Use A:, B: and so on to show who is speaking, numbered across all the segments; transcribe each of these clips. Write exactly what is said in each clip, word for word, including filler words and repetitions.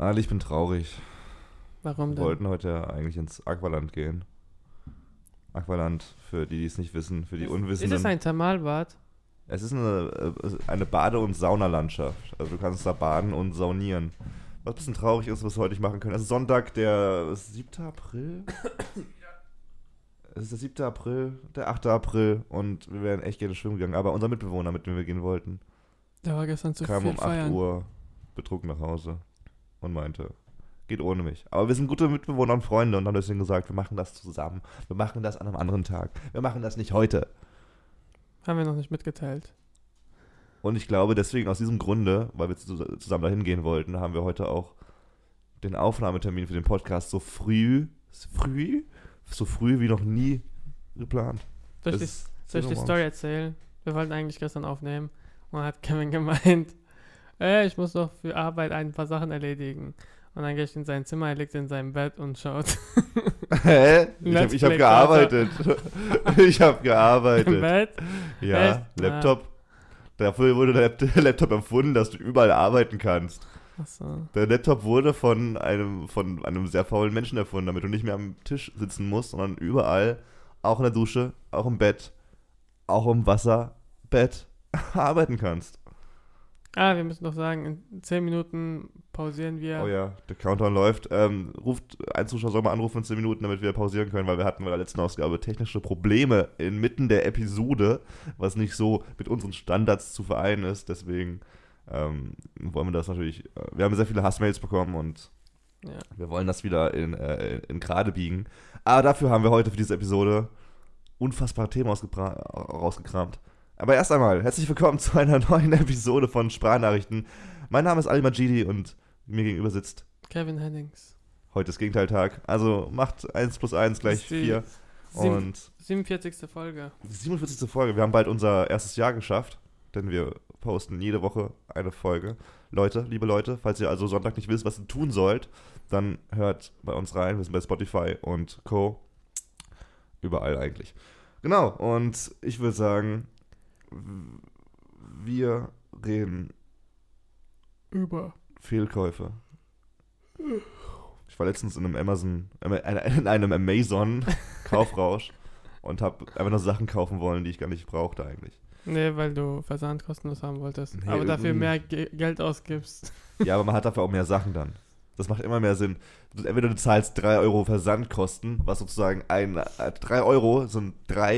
A: Ali, ich bin traurig.
B: Warum denn?
A: Wir wollten heute ja eigentlich ins Aqualand gehen. Aqualand, für die, die es nicht wissen, für die
B: ist,
A: Unwissenden.
B: Ist es ein Thermalbad?
A: Es ist eine, eine Bade- und Saunalandschaft. Also du kannst da baden und saunieren. Was ein bisschen traurig ist, was wir heute nicht machen können. Es ist Sonntag, der siebte April. Es ist der siebte April, der achte April und wir wären echt gerne schwimmen gegangen. Aber unser Mitbewohner, mit dem wir gehen wollten,
B: Der war gestern zu
A: kam
B: viel
A: um
B: feiern.
A: acht Uhr betrunken nach Hause und meinte, geht ohne mich. Aber wir sind gute Mitbewohner und Freunde und haben deswegen gesagt, wir machen das zusammen. Wir machen das an einem anderen Tag. Wir machen das nicht heute.
B: Haben wir noch nicht mitgeteilt.
A: Und ich glaube, deswegen aus diesem Grunde, weil wir zusammen dahin gehen wollten, haben wir heute auch den Aufnahmetermin für den Podcast so früh, früh, so früh wie noch nie geplant.
B: Soll ich, die, soll ich die Story erzählen? Wir wollten eigentlich gestern aufnehmen und dann hat Kevin gemeint, ey, ich muss doch für Arbeit ein paar Sachen erledigen. Und dann gehe ich in sein Zimmer, er liegt in seinem Bett und schaut.
A: Hä? Ich habe hab gearbeitet. ich habe gearbeitet.
B: Im Bett?
A: Ja,
B: Echt?
A: Laptop. Dafür wurde der Laptop erfunden, dass du überall arbeiten kannst.
B: Ach so.
A: Der Laptop wurde von einem, von einem sehr faulen Menschen erfunden, damit du nicht mehr am Tisch sitzen musst, sondern überall, auch in der Dusche, auch im Bett, auch im Wasserbett, arbeiten kannst.
B: Ah, wir müssen doch sagen, in zehn Minuten pausieren wir.
A: Oh ja, der Countdown läuft. Ähm, ruft, ein Zuschauer soll mal anrufen in zehn Minuten, damit wir pausieren können, weil wir hatten bei der letzten Ausgabe technische Probleme inmitten der Episode, was nicht so mit unseren Standards zu vereinen ist. Deswegen ähm, wollen wir das natürlich, äh, wir haben sehr viele Hassmails bekommen und
B: ja.
A: wir wollen das wieder in, äh, in gerade biegen. Aber dafür haben wir heute für diese Episode unfassbare Themen rausgekramt. Aber erst einmal, herzlich willkommen zu einer neuen Episode von Sprachnachrichten. Mein Name ist Ali Majidi und mir gegenüber sitzt
B: Kevin Hennings.
A: Heute ist Gegenteiltag, also macht eins plus eins gleich vier. Und
B: siebenundvierzigste Folge.
A: Die siebenundvierzigste Folge. Wir haben bald unser erstes Jahr geschafft, denn wir posten jede Woche eine Folge. Leute, liebe Leute, falls ihr also Sonntag nicht wisst, was ihr tun sollt, dann hört bei uns rein. Wir sind bei Spotify und Co. Überall eigentlich. Genau, und ich würde sagen, wir reden
B: über
A: Fehlkäufe. Ich war letztens in einem Amazon, in einem Amazon Kaufrausch und habe einfach nur Sachen kaufen wollen, die ich gar nicht brauchte eigentlich.
B: Nee, weil du Versand kostenlos haben wolltest,
A: nee,
B: aber dafür mehr Ge- Geld ausgibst.
A: Ja, aber man hat dafür auch mehr Sachen dann. Das macht immer mehr Sinn. Entweder du zahlst drei Euro Versandkosten, was sozusagen ein, äh, drei Euro sind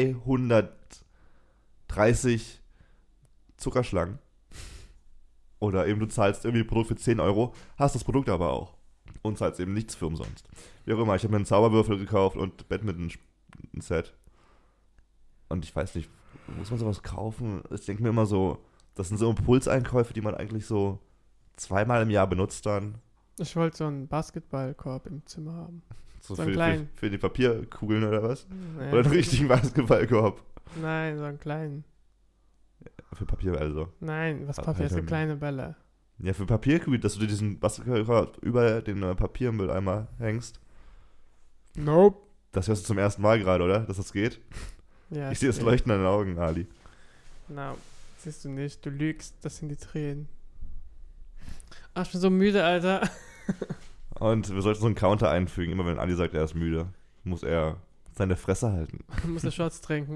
A: dreihundertdreißig Zuckerschlangen. Oder eben du zahlst irgendwie ein Produkt für zehn Euro, hast das Produkt aber auch. Und zahlst eben nichts für umsonst. Wie auch immer, ich habe mir einen Zauberwürfel gekauft und Badminton-Set. Und ich weiß nicht, muss man sowas kaufen? Ich denke mir immer so, das sind so Impulseinkäufe, die man eigentlich so zweimal im Jahr benutzt dann.
B: Ich wollte so einen Basketballkorb im Zimmer haben.
A: So,
B: so
A: für,
B: einen kleinen.
A: Für, für die Papierkugeln oder was?
B: Nee.
A: Oder einen richtigen Basketballkorb?
B: Nein, so einen kleinen.
A: Für Papier also.
B: Nein, was Papier ist, so kleine Bälle.
A: Ja, für Papierkugeln, dass du dir diesen Basketballkorb über den äh, Papiermülleimer hängst.
B: Nope.
A: Das hörst du zum ersten Mal gerade, oder? Dass das geht?
B: Ja,
A: ich sehe das Leuchten an den Augen, Ali.
B: Na, siehst du nicht. Du lügst, das sind die Tränen. Ach, ich bin so müde, Alter.
A: Und wir sollten so einen Counter einfügen. Immer wenn Ali sagt, er ist müde, muss er seine Fresse halten.
B: Muss er Shots trinken.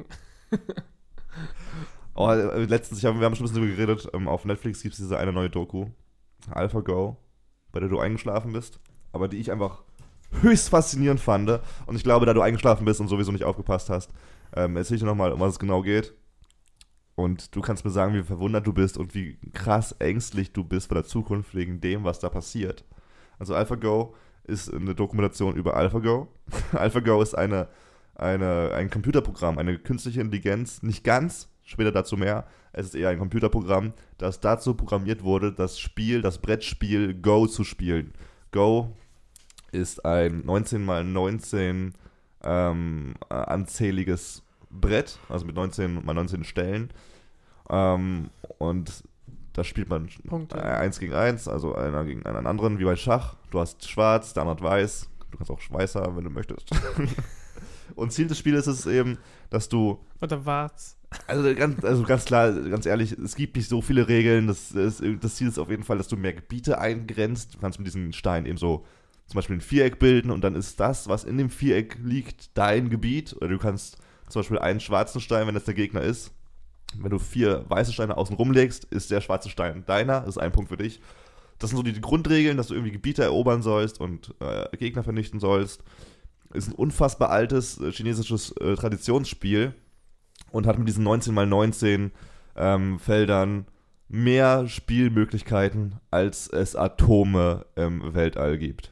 A: Oh, letztens, ich hab, wir haben schon ein bisschen darüber geredet, ähm, auf Netflix gibt es diese eine neue Doku, AlphaGo, bei der du eingeschlafen bist, aber die ich einfach höchst faszinierend fand. Und ich glaube, da du eingeschlafen bist und sowieso nicht aufgepasst hast, ähm, erzähl ich dir nochmal, um was es genau geht. Und du kannst mir sagen, wie verwundert du bist und wie krass ängstlich du bist vor der Zukunft wegen dem, was da passiert. Also AlphaGo ist eine Dokumentation über AlphaGo. AlphaGo ist eine, eine, ein Computerprogramm, eine künstliche Intelligenz, nicht ganz, später dazu mehr. Es ist eher ein Computerprogramm, das dazu programmiert wurde, das Spiel, das Brettspiel Go zu spielen. Go ist ein neunzehn mal neunzehn ähm, anzähliges Brett, also mit neunzehn mal neunzehn Stellen. Ähm, und da spielt man
B: Punkte.
A: eins gegen eins, also einer gegen einen anderen, wie bei Schach. Du hast schwarz, der andere hat weiß. Du kannst auch weiß haben, wenn du möchtest. Und Ziel des Spiels ist es eben, dass du...
B: Oder war's.
A: Also ganz, also ganz klar, ganz ehrlich, es gibt nicht so viele Regeln. Das, das, das Ziel ist auf jeden Fall, dass du mehr Gebiete eingrenzt. Du kannst mit diesen Steinen eben so zum Beispiel ein Viereck bilden und dann ist das, was in dem Viereck liegt, dein Gebiet. Oder du kannst zum Beispiel einen schwarzen Stein, wenn das der Gegner ist, wenn du vier weiße Steine außen rumlegst, ist der schwarze Stein deiner. Das ist ein Punkt für dich. Das sind so die Grundregeln, dass du irgendwie Gebiete erobern sollst und äh, Gegner vernichten sollst. Ist ein unfassbar altes äh, chinesisches äh, Traditionsspiel und hat mit diesen neunzehn mal neunzehn ähm, Feldern mehr Spielmöglichkeiten, als es Atome im Weltall gibt.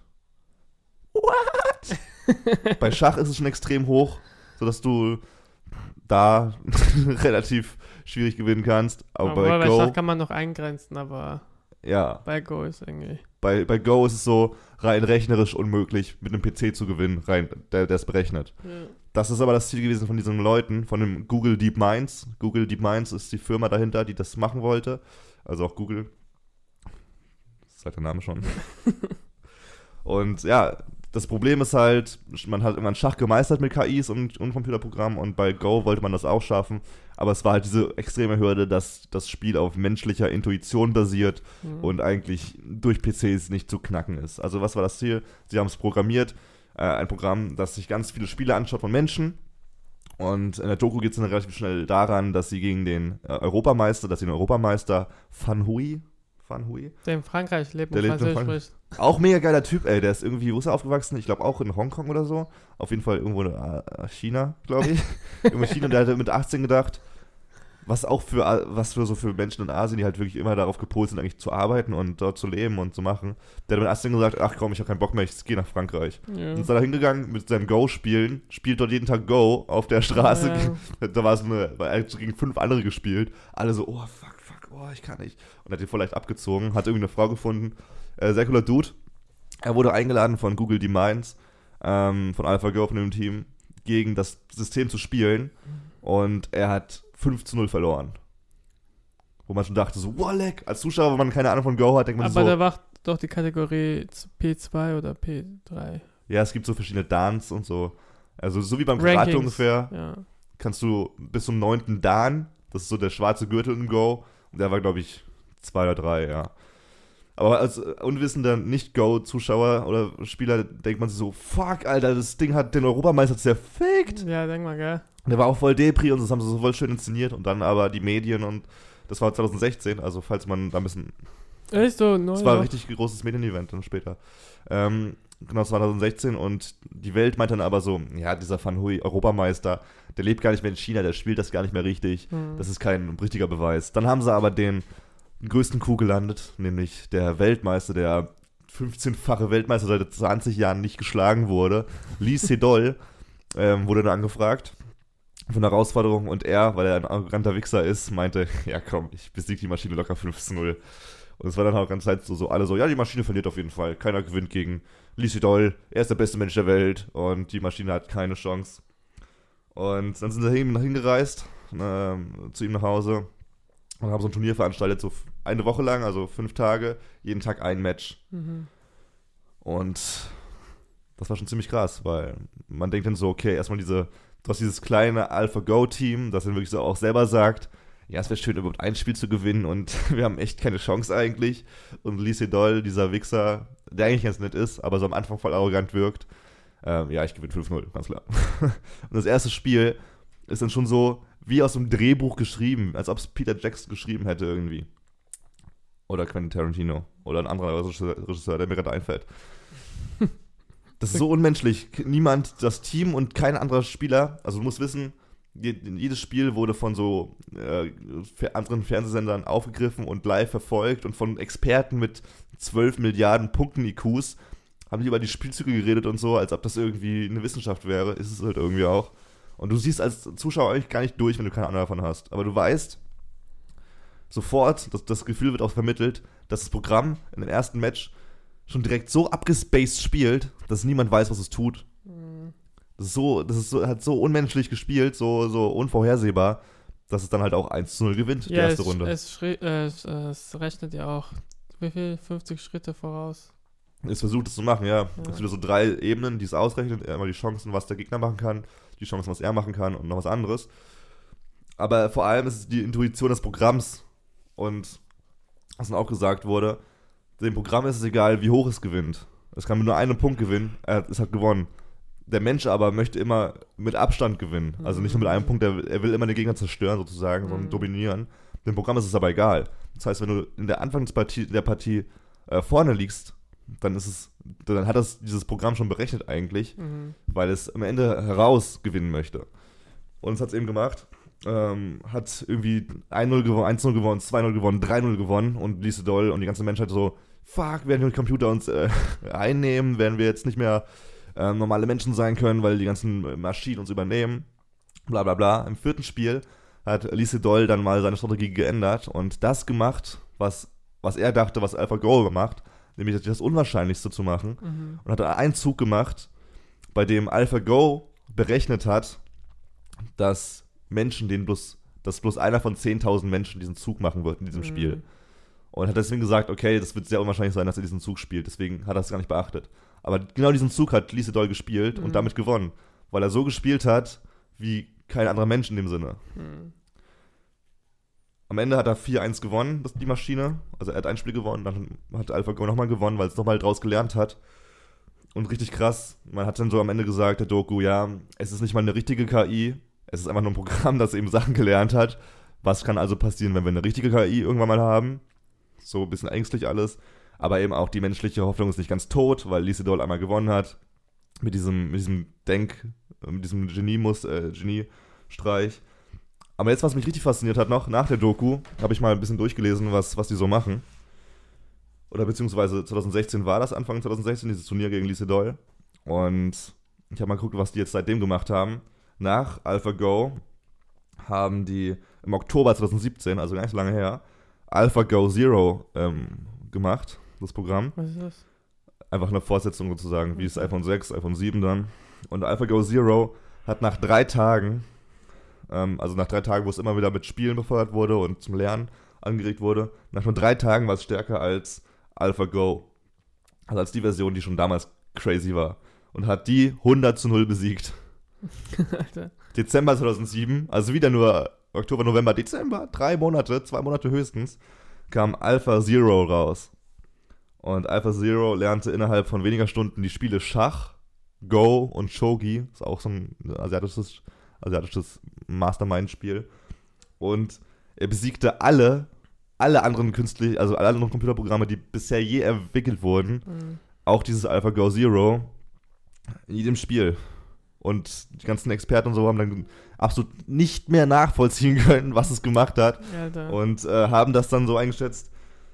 A: What? Bei Schach ist es schon extrem hoch, sodass du da relativ schwierig gewinnen kannst. Aber, aber bei,
B: bei
A: Go,
B: Schach kann man noch eingrenzen, aber
A: ja.
B: Bei Go ist irgendwie...
A: Bei, bei Go ist es so rein rechnerisch unmöglich, mit einem P C zu gewinnen, rein, der es berechnet. Ja. Das ist aber das Ziel gewesen von diesen Leuten, von dem Google DeepMinds. Google DeepMinds ist die Firma dahinter, die das machen wollte. Also auch Google. Das sagt der Name schon. Und ja, das Problem ist halt, man hat immer einen Schach gemeistert mit K Is und, und Computerprogrammen und bei Go wollte man das auch schaffen. Aber es war halt diese extreme Hürde, dass das Spiel auf menschlicher Intuition basiert mhm. und eigentlich durch P Cs nicht zu knacken ist. Also was war das Ziel? Sie haben es programmiert, äh, ein Programm, das sich ganz viele Spiele anschaut von Menschen. Und in der Doku geht es dann relativ schnell daran, dass sie gegen den äh, Europameister, dass sie den Europameister Fan Hui, Fan Hui?
B: Der in Frankreich lebt
A: und Französisch spricht. Auch mega geiler Typ, ey. Der ist irgendwie, wo ist er aufgewachsen? Ich glaube auch in Hongkong oder so. Auf jeden Fall irgendwo in äh, China, glaube ich. Irgendwo China. Und der hat mit achtzehn gedacht, was auch für, was für so für Menschen in Asien, die halt wirklich immer darauf gepolt sind, eigentlich zu arbeiten und dort zu leben und zu machen. Der hat mit achtzehn gesagt, ach komm, ich habe keinen Bock mehr, ich gehe nach Frankreich. Ja. Und ist da hingegangen mit seinem Go-Spielen, spielt dort jeden Tag Go auf der Straße. Ja. Da war es eine, weil er hat gegen fünf andere gespielt. Alle so, oh fuck, fuck, oh, ich kann nicht. Und hat den voll leicht abgezogen, hat irgendwie eine Frau gefunden. Äh, sehr cooler Dude. Er wurde eingeladen von Google DeepMinds, ähm, von AlphaGo, von dem Team, gegen das System zu spielen. Und er hat fünf zu null verloren. Wo man schon dachte, so, wow, leck. Als Zuschauer, wenn man keine Ahnung von Go hat, denkt man
B: Aber
A: so.
B: Aber da war doch die Kategorie P zwei oder P drei.
A: Ja, es gibt so verschiedene Dans und so. Also so wie beim Karate ungefähr.
B: Ja.
A: Kannst du bis zum neunten Dan, das ist so der schwarze Gürtel im Go. Und der war, glaube ich, zwei oder drei, ja. Aber als unwissender Nicht-Go-Zuschauer oder Spieler denkt man sich so, fuck, Alter, das Ding hat den Europameister zerfickt.
B: Ja, denk mal, gell.
A: Der war auch voll Depri und das haben sie so voll schön inszeniert. Und dann aber die Medien und das war zwanzig sechzehn, also falls man da ein bisschen...
B: Echt so? Neu
A: das war ein
B: noch.
A: richtig großes Medienevent dann später. Ähm, genau, zwanzig sechzehn und die Welt meint dann aber so, ja, dieser Fan Hui, Europameister, der lebt gar nicht mehr in China, der spielt das gar nicht mehr richtig. Mhm. Das ist kein richtiger Beweis. Dann haben sie aber den größten Coup gelandet, nämlich der Weltmeister, der fünfzehnfache Weltmeister seit zwanzig Jahren nicht geschlagen wurde, Lee Sedol, ähm, wurde dann angefragt von der Herausforderung und er, weil er ein arroganter Wichser ist, meinte, ja komm, ich besiege die Maschine locker fünf zu null. Und es war dann auch ganz Zeit so, so alle so, ja, die Maschine verliert auf jeden Fall, keiner gewinnt gegen Lee Sedol, er ist der beste Mensch der Welt und die Maschine hat keine Chance. Und dann sind sie hin, hingereist, ähm, zu ihm nach Hause und haben so ein Turnier veranstaltet, so eine Woche lang, also fünf Tage, jeden Tag ein Match. Mhm. Und das war schon ziemlich krass, weil man denkt dann so, okay, erstmal diese, du hast dieses kleine AlphaGo-Team, das dann wirklich so auch selber sagt, ja, es wäre schön, überhaupt ein Spiel zu gewinnen und wir haben echt keine Chance eigentlich. Und Lee Sedol, dieser Wichser, der eigentlich ganz nett ist, aber so am Anfang voll arrogant wirkt, ähm, ja, ich gewinne fünf null, ganz klar. Und das erste Spiel ist dann schon so wie aus einem Drehbuch geschrieben, als ob es Peter Jackson geschrieben hätte irgendwie. Oder Quentin Tarantino. Oder ein anderer Regisseur, der mir gerade einfällt. Das ist so unmenschlich. Niemand, das Team und kein anderer Spieler, also du musst wissen, jedes Spiel wurde von so äh, anderen Fernsehsendern aufgegriffen und live verfolgt und von Experten mit zwölf Milliarden Punkten I Qs haben die über die Spielzüge geredet und so, als ob das irgendwie eine Wissenschaft wäre. Ist es halt irgendwie auch. Und du siehst als Zuschauer eigentlich gar nicht durch, wenn du keine Ahnung davon hast. Aber du weißt sofort, das, das Gefühl wird auch vermittelt, dass das Programm in dem ersten Match schon direkt so abgespaced spielt, dass niemand weiß, was es tut. Mhm. Das ist so, das ist so, hat so unmenschlich gespielt, so, so unvorhersehbar, dass es dann halt auch eins zu null gewinnt, die
B: ja,
A: erste
B: es,
A: Runde.
B: Es, äh, es, es rechnet ja auch, wie viel? fünfzig Schritte voraus.
A: Es versucht es zu machen, ja. Es ja. sind so drei Ebenen, die es ausrechnet. Einmal die Chancen, was der Gegner machen kann, die Chancen, was er machen kann und noch was anderes. Aber vor allem ist es die Intuition des Programms. Und was dann auch gesagt wurde, dem Programm ist es egal, wie hoch es gewinnt. Es kann mit nur einem Punkt gewinnen, er hat, es hat gewonnen. Der Mensch aber möchte immer mit Abstand gewinnen. Also nicht nur mit einem Punkt, er, er will immer den Gegner zerstören sozusagen, sondern dominieren. Dem Programm ist es aber egal. Das heißt, wenn du in der Anfangspartie der Partie äh, vorne liegst, dann ist es, dann hat das dieses Programm schon berechnet eigentlich, mhm. weil es am Ende heraus gewinnen möchte. Und es hat es eben gemacht. Ähm, hat irgendwie eins null gewonnen, eins null gewonnen, zwei null gewonnen, drei null gewonnen und Lise Doll und die ganze Menschheit so, fuck, werden die Computer uns äh, einnehmen, werden wir jetzt nicht mehr äh, normale Menschen sein können, weil die ganzen Maschinen uns übernehmen, bla bla bla. Im vierten Spiel hat Lise Doll dann mal seine Strategie geändert und das gemacht, was, was er dachte, was AlphaGo gemacht, nämlich das Unwahrscheinlichste zu machen, mhm. und hat einen Zug gemacht, bei dem AlphaGo berechnet hat, dass Menschen, den bloß, dass bloß einer von zehntausend Menschen diesen Zug machen wird in diesem mhm. Spiel. Und hat deswegen gesagt, okay, das wird sehr unwahrscheinlich sein, dass er diesen Zug spielt. Deswegen hat er es gar nicht beachtet. Aber genau diesen Zug hat Lise Doll gespielt mhm. und damit gewonnen. Weil er so gespielt hat, wie kein anderer Mensch in dem Sinne. Mhm. Am Ende hat er vier eins gewonnen, das, die Maschine. Also er hat ein Spiel gewonnen, dann hat AlphaGo nochmal gewonnen, weil es nochmal draus gelernt hat. Und richtig krass, man hat dann so am Ende gesagt, der Doku, ja, es ist nicht mal eine richtige K I, es ist einfach nur ein Programm, das eben Sachen gelernt hat. Was kann also passieren, wenn wir eine richtige K I irgendwann mal haben? So ein bisschen ängstlich alles. Aber eben auch die menschliche Hoffnung ist nicht ganz tot, weil Lise Doll einmal gewonnen hat. Mit diesem, mit diesem Denk, mit diesem Genie-Muss, äh, Genie-Streich. Aber jetzt, was mich richtig fasziniert hat noch, nach der Doku, habe ich mal ein bisschen durchgelesen, was, was die so machen. Oder beziehungsweise zwanzig sechzehn war das, Anfang zwanzig sechzehn, dieses Turnier gegen Lise Doll. Und ich habe mal geguckt, was die jetzt seitdem gemacht haben. Nach AlphaGo haben die im Oktober zwanzig siebzehn, also gar nicht so lange her, AlphaGo Zero ähm, gemacht, das Programm.
B: Was ist das?
A: Einfach eine Fortsetzung sozusagen, okay. Wie das iPhone sechs, iPhone sieben dann. Und AlphaGo Zero hat nach drei Tagen, ähm, also nach drei Tagen, wo es immer wieder mit Spielen befeuert wurde und zum Lernen angeregt wurde, nach nur drei Tagen war es stärker als AlphaGo. Also als die Version, die schon damals crazy war. Und hat die hundert zu null besiegt. Alter. Dezember zweitausendsieben, also wieder nur Oktober, November, Dezember, drei Monate, zwei Monate höchstens, kam Alpha Zero raus. Und Alpha Zero lernte innerhalb von weniger Stunden die Spiele Schach, Go und Shogi, ist auch so ein asiatisches, asiatisches Mastermind-Spiel. Und er besiegte alle, alle anderen künstlich, also alle anderen Computerprogramme, die bisher je entwickelt wurden, mhm. auch dieses AlphaGo Zero, in jedem Spiel. Und die ganzen Experten und so haben dann absolut nicht mehr nachvollziehen können, was es gemacht hat. Alter. Und äh, haben das dann so eingeschätzt,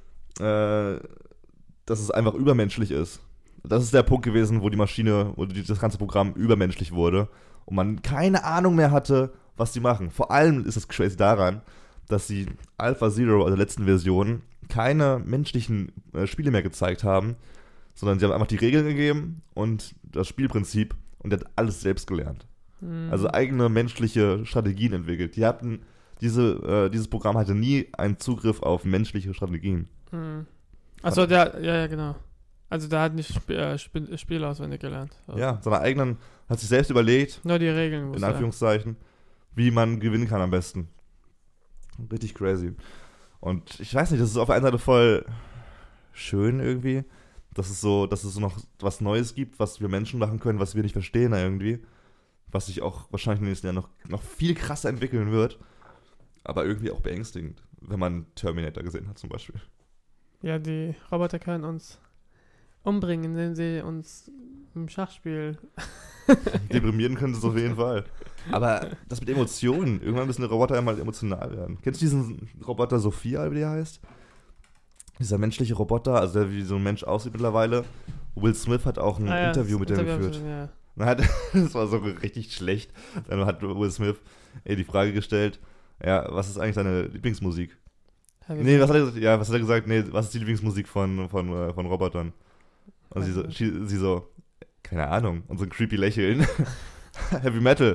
A: äh, dass es einfach übermenschlich ist. Das ist der Punkt gewesen, wo die Maschine oder das ganze Programm übermenschlich wurde und man keine Ahnung mehr hatte, was sie machen. Vor allem ist es crazy daran, dass sie Alpha Zero, also der letzten Version, keine menschlichen äh, Spiele mehr gezeigt haben, sondern sie haben einfach die Regeln gegeben und das Spielprinzip. Und er hat alles selbst gelernt. Mhm. Also eigene menschliche Strategien entwickelt. Die hatten, diese, äh, dieses Programm hatte nie einen Zugriff auf menschliche Strategien.
B: Mhm. Achso, der, ja, ja, genau. Also der hat nicht Sp- äh, Sp- Spiele auswendig gelernt. Also.
A: Ja, seine eigenen, hat sich selbst überlegt,
B: nur die Regeln,
A: in Anführungszeichen, wie man gewinnen kann am besten. Richtig crazy. Und ich weiß nicht, das ist auf der einen Seite voll schön irgendwie, dass es so, dass es so noch was Neues gibt, was wir Menschen machen können, was wir nicht verstehen irgendwie. Was sich auch wahrscheinlich in den nächsten Jahren noch, noch viel krasser entwickeln wird. Aber irgendwie auch beängstigend, wenn man Terminator gesehen hat zum Beispiel.
B: Ja, die Roboter können uns umbringen, indem sie uns im Schachspiel
A: deprimieren können sie es auf jeden Fall. Aber das mit Emotionen, irgendwann müssen die Roboter ja mal emotional werden. Kennst du diesen Roboter Sophia, wie der heißt? Dieser menschliche Roboter, also der wie so ein Mensch aussieht mittlerweile. Will Smith hat auch ein ah, ja, Interview mit dem geführt. Schon, ja. Und hat, das war so richtig schlecht. Dann hat Will Smith ihr die Frage gestellt, ja, was ist eigentlich deine Lieblingsmusik? Nee, was hat er gesagt? Ja, was hat er gesagt? Nee, was ist die Lieblingsmusik von, von, von Robotern? Und sie so, sie, sie so, keine Ahnung, und so ein creepy Lächeln. Heavy Metal.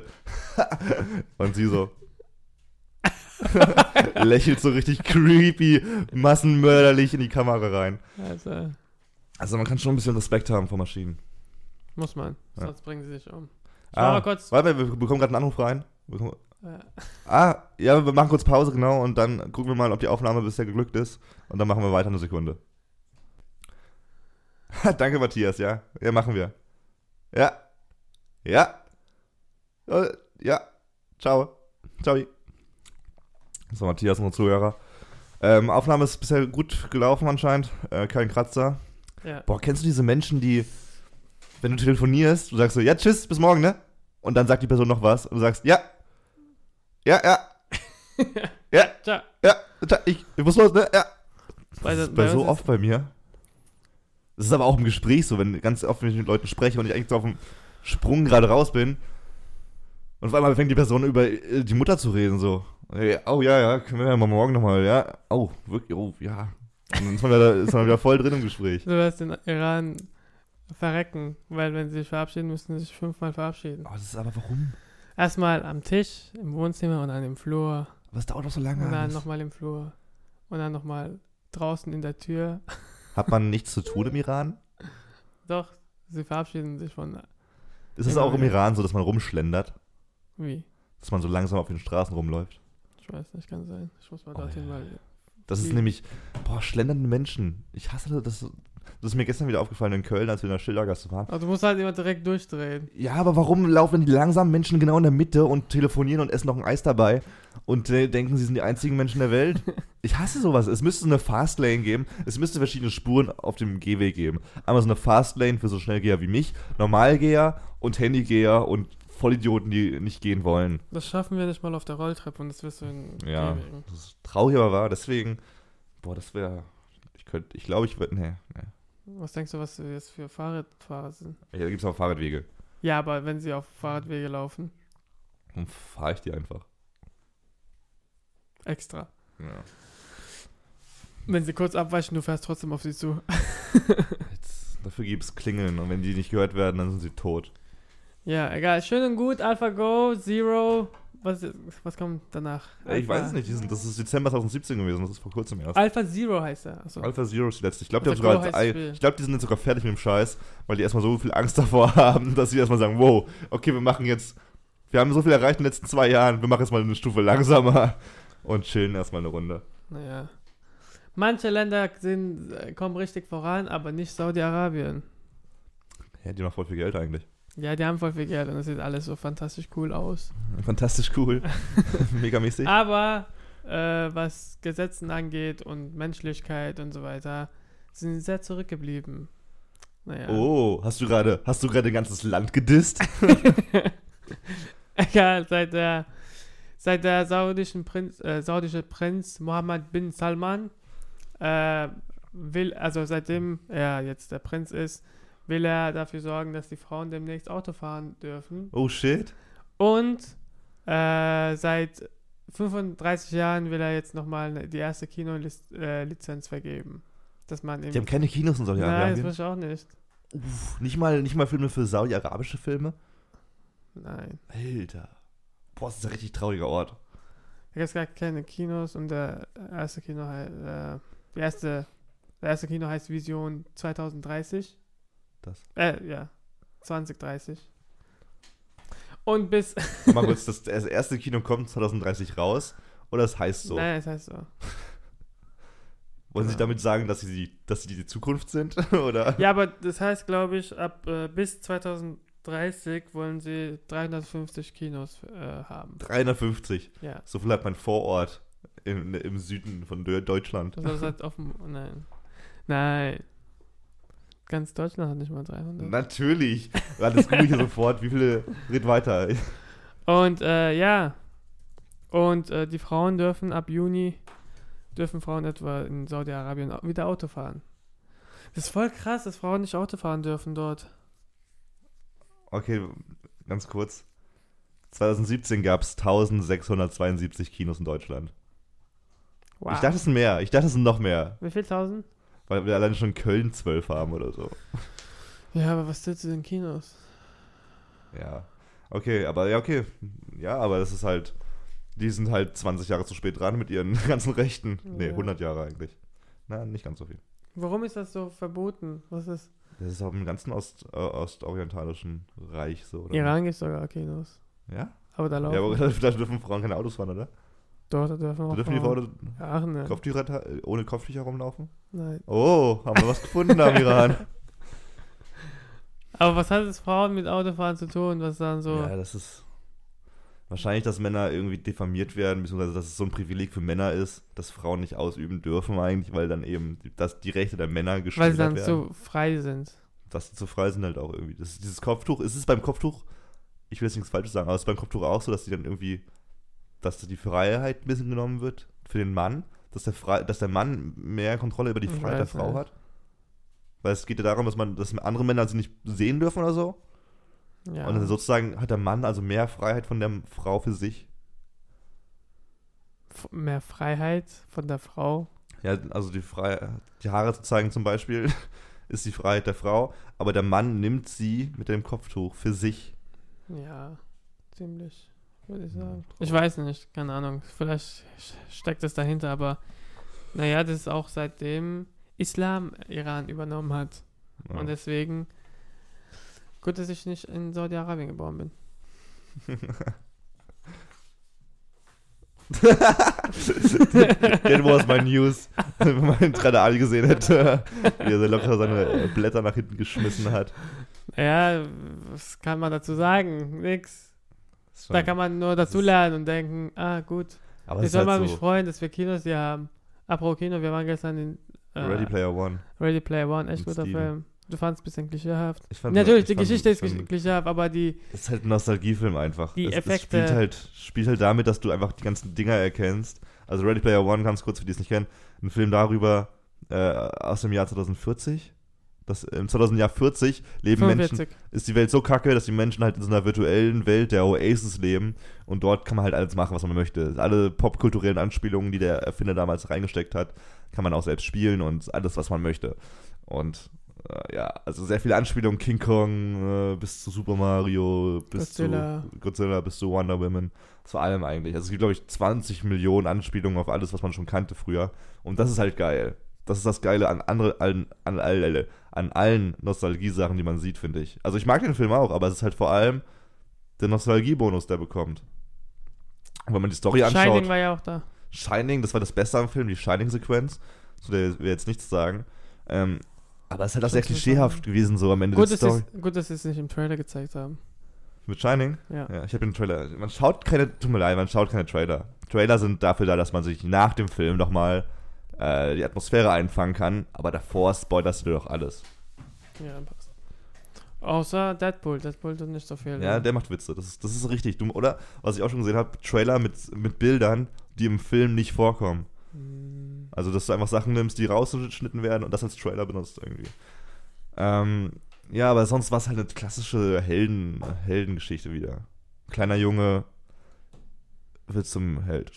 A: Und sie so, lächelt so richtig creepy, massenmörderlich in die Kamera rein. Also, also man kann schon ein bisschen Respekt haben vor Maschinen.
B: Muss man, sonst ja. bringen sie sich um.
A: Ich ah, mal kurz. Warte, wir bekommen gerade einen Anruf rein.
B: Ja.
A: Ah, ja, wir machen kurz Pause, genau, und dann gucken wir mal, ob die Aufnahme bisher geglückt ist. Und dann machen wir weiter eine Sekunde. Danke, Matthias, ja. Ja, machen wir. Ja. Ja. Äh, Ja. Ciao. Ciao. So, Matthias, unsere Zuhörer. Ähm, Aufnahme ist bisher gut gelaufen anscheinend. Äh, kein Kratzer.
B: Ja.
A: Boah, kennst du diese Menschen, die, wenn du telefonierst, du sagst so, ja, tschüss, bis morgen, ne? Und dann sagt die Person noch was und du sagst, ja. Ja, ja. Ja.
B: Ciao.
A: Ja. Ich, ich muss los, ne? Ja.
B: Bei,
A: Das ist
B: bei
A: bei so
B: uns
A: oft bei mir. Das ist aber auch im Gespräch so, wenn ganz oft, wenn ich mit Leuten spreche und ich eigentlich so auf dem Sprung gerade raus bin und auf einmal fängt die Person über äh, die Mutter zu reden, so. Hey, oh ja, ja, können wir ja mal morgen nochmal, ja. Oh, wirklich, oh, ja. Und dann ist man wieder, ist man wieder voll drin im Gespräch.
B: Du wirst in Iran verrecken, weil wenn sie sich verabschieden, müssen sie sich fünfmal verabschieden.
A: Oh, das ist aber warum?
B: Erstmal am Tisch, im Wohnzimmer und dann im Flur.
A: Aber es dauert doch so lange.
B: Und dann
A: alles.
B: nochmal im Flur. Und dann nochmal draußen in der Tür.
A: Hat man nichts zu tun im Iran?
B: Doch, sie verabschieden sich von...
A: Ist es auch im Iran so, dass man rumschlendert?
B: Wie?
A: Dass man so langsam auf den Straßen rumläuft?
B: Ich weiß nicht, kann sein. Ich muss mal
A: Oh,
B: dorthin,
A: ja.
B: weil...
A: Das ist
B: Wie?
A: nämlich, boah, schlendernde Menschen. Ich hasse das. Das ist mir gestern wieder aufgefallen in Köln, als wir in der Schildergasse waren.
B: Aber du musst halt immer direkt durchdrehen.
A: Ja, aber warum laufen die langsamen Menschen genau in der Mitte und telefonieren und essen noch ein Eis dabei und äh, denken, sie sind die einzigen Menschen der Welt? Ich hasse sowas. Es müsste eine Fastlane geben. Es müsste verschiedene Spuren auf dem Gehweg geben. Einmal so eine Fastlane für so Schnellgeher wie mich, Normalgeher und Handygeher und Vollidioten, die nicht gehen wollen.
B: Das schaffen wir nicht mal auf der Rolltreppe und das wirst du in
A: Ja,
B: Gehwegen.
A: das ist traurig, aber wahr. Deswegen, boah, das wäre, ich könnte, ich glaube, ich würde, nee, nee.
B: Was denkst du, was jetzt für Fahrradfahrer sind?
A: Ja, da gibt es auch Fahrradwege.
B: Ja, aber wenn sie auf Fahrradwege laufen,
A: Dann fahre ich die einfach.
B: extra.
A: Ja.
B: Wenn sie kurz abweichen, du fährst trotzdem auf sie zu.
A: Jetzt, dafür gibt es Klingeln und wenn die nicht gehört werden, dann sind sie tot.
B: Ja, egal. Schön und gut. AlphaGo, Zero. Was, was kommt danach?
A: Ey, ich
B: Alpha-
A: weiß es nicht, die sind, das ist Dezember zwanzig siebzehn gewesen, das ist vor kurzem erst.
B: Alpha Zero heißt er. Achso.
A: Alpha Zero ist die letzte. Ich glaube, die,
B: Also
A: haben sogar
B: Go
A: als
B: heißt
A: Ei-
B: Spiel.
A: ich glaub, die sind jetzt sogar fertig mit dem Scheiß, weil die erstmal so viel Angst davor haben, dass sie erstmal sagen, wow, okay, wir machen jetzt, wir haben so viel erreicht in den letzten zwei Jahren, wir machen jetzt mal eine Stufe langsamer und chillen erstmal eine Runde.
B: Naja. Manche Länder sind, äh, kommen richtig voran, aber nicht Saudi-Arabien.
A: Ja, die haben voll viel Geld eigentlich.
B: Ja, die haben voll viel Geld und es sieht alles so fantastisch cool aus.
A: Fantastisch cool. Megamäßig.
B: Aber äh, was Gesetzen angeht und Menschlichkeit und so weiter, sind sie sehr zurückgeblieben. Naja.
A: Oh, hast du gerade, hast du gerade ein ganzes Land gedisst?
B: Egal, seit der, seit der saudischen Prinz, äh, saudische Prinz Mohammed bin Salman äh, will, also seitdem er jetzt der Prinz ist, will er dafür sorgen, dass die Frauen demnächst Auto fahren dürfen.
A: Oh shit.
B: Und äh, seit fünfunddreißig Jahren will er jetzt nochmal die erste Kinolizenz vergeben. Dass man eben
A: Die haben keine Kinos in
B: Nein, das
A: Saudi-Arabien.
B: weiß ich auch nicht.
A: Uff, nicht mal, nicht mal Filme für saudi-arabische Filme?
B: Nein.
A: Alter. Boah, das ist ein richtig trauriger Ort.
B: Da gibt es gar keine Kinos und der erste Kino heißt, äh, die erste, der erste Kino heißt Vision zwanzig dreißig.
A: Das.
B: Äh, ja. zwanzig dreißig. Und bis.
A: Mal kurz, das, das erste Kino kommt zwanzig dreißig raus, oder es heißt so?
B: Nein, es heißt so.
A: Wollen Sie
B: Ja.
A: damit sagen, dass Sie, die, dass Sie die Zukunft sind? Oder?
B: Ja, aber das heißt, glaube ich, ab äh, bis zwanzig dreißig wollen sie dreihundertfünfzig Kinos äh, haben.
A: dreihundertfünfzig.
B: Ja.
A: So viel hat mein Vorort im, im Süden von Deu- Deutschland.
B: Das ist halt offen. Nein. Nein. Ganz Deutschland hat nicht mal dreihundert.
A: Natürlich. Ja, das google ich hier sofort. Wie viele? Red weiter.
B: Und äh, ja. Und äh, die Frauen dürfen ab Juni, dürfen Frauen etwa in Saudi-Arabien au- wieder Auto fahren. Das ist voll krass, dass Frauen nicht Auto fahren dürfen dort.
A: Okay, ganz kurz. zwanzig siebzehn gab es eintausendsechshundertzweiundsiebzig Kinos in Deutschland.
B: Wow.
A: Ich dachte, es sind mehr. Ich dachte, es sind noch mehr.
B: Wie viel tausend?
A: Weil wir alleine schon in Köln zwölf haben oder so.
B: Ja, aber was tut sie in Kinos?
A: Ja. Okay, aber ja, okay. Ja, aber das ist halt. Die sind halt zwanzig Jahre zu spät dran mit ihren ganzen Rechten. Nee,
B: Ja.
A: hundert Jahre eigentlich. Na, nicht ganz so viel.
B: Warum ist das so verboten? Was ist?
A: Das ist auch im ganzen Ost, äh, ostorientalischen Reich so, oder?
B: Iran gibt sogar Kinos.
A: Ja?
B: Aber da laufen.
A: Ja, aber da dürfen Frauen keine Autos fahren, oder?
B: Doch, da dürfen auch
A: Da dürfen die Frauen
B: Ach, ne.
A: Kopftücher, ohne Kopftücher rumlaufen?
B: Nein.
A: Oh, haben wir was gefunden am Iran.
B: Aber was hat es Frauen mit Autofahren zu tun? Was dann so...
A: Ja, das ist wahrscheinlich, dass Männer irgendwie diffamiert werden, beziehungsweise dass es so ein Privileg für Männer ist, dass Frauen nicht ausüben dürfen eigentlich, weil dann eben dass die Rechte der Männer geschildert werden.
B: Weil sie dann so frei sind.
A: Dass sie zu frei sind halt auch irgendwie. Das ist dieses Kopftuch, ist es beim Kopftuch, ich will jetzt nichts Falsches sagen, aber ist es beim Kopftuch auch so, dass die dann irgendwie, dass die Freiheit ein bisschen genommen wird für den Mann, dass der, Fre- dass der Mann mehr Kontrolle über die
B: Ich
A: Freiheit der
B: weiß
A: Frau
B: nicht.
A: hat? Weil es geht ja darum, dass man, dass andere Männer sie nicht sehen dürfen oder so.
B: Ja.
A: Und dann sozusagen hat der Mann also mehr Freiheit von der Frau für sich.
B: F- mehr Freiheit von der Frau.
A: Ja, also die Freiheit, die Haare zu zeigen zum Beispiel, ist die Freiheit der Frau, aber der Mann nimmt sie mit dem Kopftuch für sich.
B: Ja, ziemlich, würde ich sagen. Ich weiß nicht, keine Ahnung. Vielleicht steckt es dahinter, aber naja, das ist auch seitdem Islam Iran übernommen hat.
A: Ja.
B: Und deswegen gut, dass ich nicht in Saudi-Arabien geboren bin.
A: That was my news. Wenn man den Trainer Ali gesehen hätte, wie er so locker seine Blätter nach hinten geschmissen hat.
B: Ja, was kann man dazu sagen? Nix. Da kann man nur dazu lernen und denken, ah gut,
A: aber
B: ich
A: es
B: soll
A: ist
B: mal
A: halt
B: mich
A: so
B: freuen, dass wir Kinos hier haben. Apropos Kino, wir waren gestern in äh,
A: Ready Player One.
B: Ready Player One, echt
A: Mit
B: guter
A: Steven.
B: Film. Du fandest es ein bisschen klischeehaft.
A: Ich fand,
B: Natürlich,
A: ich
B: die
A: fand,
B: Geschichte ist
A: ich fand,
B: klischeehaft, aber die,
A: es ist halt ein Nostalgiefilm einfach.
B: Die
A: es,
B: Effekte-
A: Es spielt halt, spielt halt damit, dass du einfach die ganzen Dinger erkennst. Also Ready Player One, ganz kurz, für die es nicht kennen, ein Film darüber äh, aus dem Jahr zwanzig vierzig. Das, Im zweitausend vierzig leben
B: fünfundvierzig.
A: Menschen, ist die Welt so kacke, dass die Menschen halt in so einer virtuellen Welt der Oasis leben und dort kann man halt alles machen, was man möchte. Alle popkulturellen Anspielungen, die der Erfinder damals reingesteckt hat, kann man auch selbst spielen und alles, was man möchte. Und äh, ja, also sehr viele Anspielungen, King Kong äh, bis zu Super Mario, bis
B: Godzilla.
A: zu Godzilla, bis zu Wonder Woman, zu allem eigentlich. Also es gibt, glaube ich, zwanzig Millionen Anspielungen auf alles, was man schon kannte früher. Und das ist halt geil. Das ist das Geile an andere, an, an, an, an allen Nostalgie-Sachen, die man sieht, finde ich. Also ich mag den Film auch, aber es ist halt vor allem der Nostalgie-Bonus, der bekommt. Und wenn man die Story anschaut.
B: Shining war ja auch da.
A: Shining, das war das Beste am Film, die Shining-Sequenz. Zu der will jetzt nichts sagen. Ähm, aber es ist halt auch sehr klischeehaft gewesen, so am Ende
B: Gut,
A: der
B: dass
A: Story.
B: es- gut, dass sie es nicht im Trailer gezeigt haben.
A: Mit Shining?
B: Ja.
A: Ja, ich habe den Trailer. Man schaut keine, tut mir leid, man schaut keine Trailer. Trailer sind dafür da, dass man sich nach dem Film nochmal äh, die Atmosphäre einfangen kann, aber davor spoilerst du dir doch alles.
B: Ja, passt. Außer Deadpool. Deadpool tut nicht so viel.
A: Ja, der macht Witze, das ist, das ist richtig dumm. Oder, was ich auch schon gesehen habe, Trailer mit, mit Bildern, die im Film nicht vorkommen.
B: Hm.
A: Also, dass du einfach Sachen nimmst, die rausgeschnitten werden und das als Trailer benutzt irgendwie. Ähm, ja, aber sonst war es halt eine klassische Helden, Heldengeschichte wieder. Kleiner Junge wird zum Held.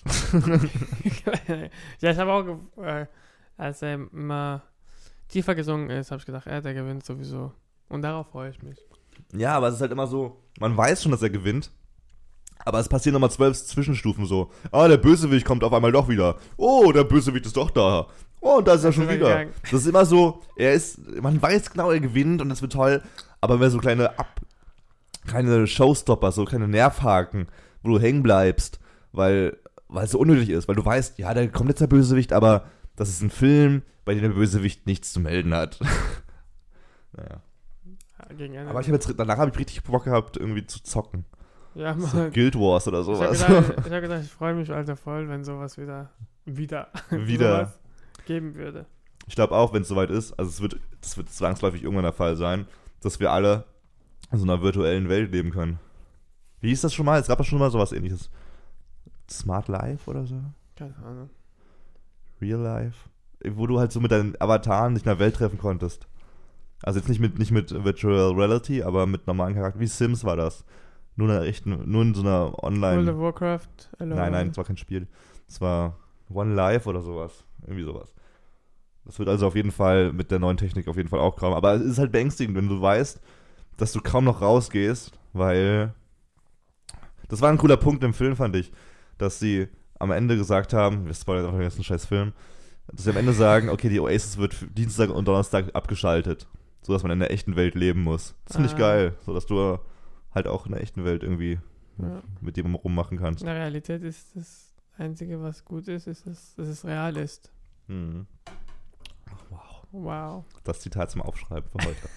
B: Ja, ich habe auch, ge- äh, als er immer tiefer gesungen ist, habe ich gedacht, er, der gewinnt sowieso. Und darauf freue ich mich.
A: Ja, aber es ist halt immer so, man weiß schon, dass er gewinnt, aber es passieren nochmal zwölf Zwischenstufen so. Ah, der Bösewicht kommt auf einmal doch wieder. Oh, der Bösewicht ist doch da. Oh, und da ist er schon
B: ist er
A: wieder.
B: gegangen.
A: Das ist immer so, er ist, man weiß genau, er gewinnt und das wird toll, aber wenn so kleine Ab, kleine Showstopper, so kleine Nervhaken, wo du hängen bleibst, weil, weil es so unnötig ist, weil du weißt, ja, da kommt jetzt der Bösewicht, aber das ist ein Film, bei dem der Bösewicht nichts zu melden hat. Naja.
B: Ja, gegen Ende.
A: Aber ich habe jetzt, danach habe ich richtig Bock gehabt, irgendwie zu zocken.
B: Ja,
A: So
B: Mann.
A: Guild Wars oder
B: Ich habe
A: sowas.
B: gedacht, ich, hab gedacht, ich freue mich alter voll, wenn sowas wieder, wieder,
A: Wieder.
B: sowas geben würde.
A: Ich glaube auch, wenn es soweit ist, also es wird, das wird zwangsläufig irgendwann der Fall sein, dass wir alle in so einer virtuellen Welt leben können. Wie hieß das schon mal? Es gab ja schon mal sowas ähnliches. Smart Life oder so?
B: Keine Ahnung.
A: Real Life? Wo du halt so mit deinen Avataren dich in der Welt treffen konntest. Also jetzt nicht mit, nicht mit Virtual Reality, aber mit normalen Charakteren. Wie Sims war das. Nur in einer echten, nur in so einer Online...
B: World of Warcraft. Hello.
A: Nein, nein, es war kein Spiel. Es war One Life oder sowas. Irgendwie sowas. Das wird also auf jeden Fall mit der neuen Technik auf jeden Fall auch kommen. Aber es ist halt beängstigend, wenn du weißt, dass du kaum noch rausgehst, weil das war ein cooler Punkt im Film, fand ich, dass sie am Ende gesagt haben, wir spoilern einfach den ganzen scheiß Film, dass sie am Ende sagen, okay, die Oasis wird Dienstag und Donnerstag abgeschaltet, sodass man in der echten Welt leben muss. Das finde ich
B: Ah.
A: geil, so dass du halt auch in der echten Welt irgendwie
B: Ja.
A: mit dem du rummachen kannst.
B: In der Realität ist das Einzige, was gut ist, ist, dass, dass es real ist.
A: Mhm. Ach, wow.
B: Wow.
A: Das Zitat zum Aufschreiben für heute.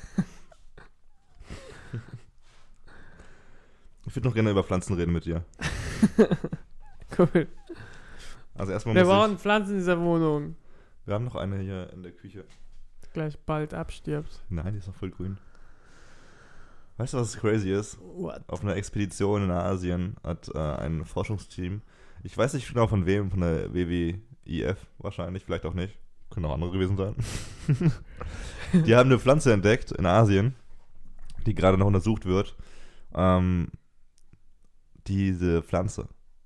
A: Ich würde noch gerne über Pflanzen reden mit dir.
B: Cool.
A: Also erstmal
B: Wir
A: muss
B: brauchen
A: ich,
B: Pflanzen in dieser Wohnung.
A: wir haben noch eine hier in der Küche.
B: Gleich bald abstirbt.
A: Nein, die ist noch voll grün. Weißt du, was crazy ist?
B: What?
A: Auf einer Expedition in Asien hat äh, ein Forschungsteam, ich weiß nicht genau von wem, von der W W I F wahrscheinlich, vielleicht auch nicht, können auch andere gewesen sein. Die haben eine Pflanze entdeckt in Asien, die gerade noch untersucht wird. Ähm, diese Pflanze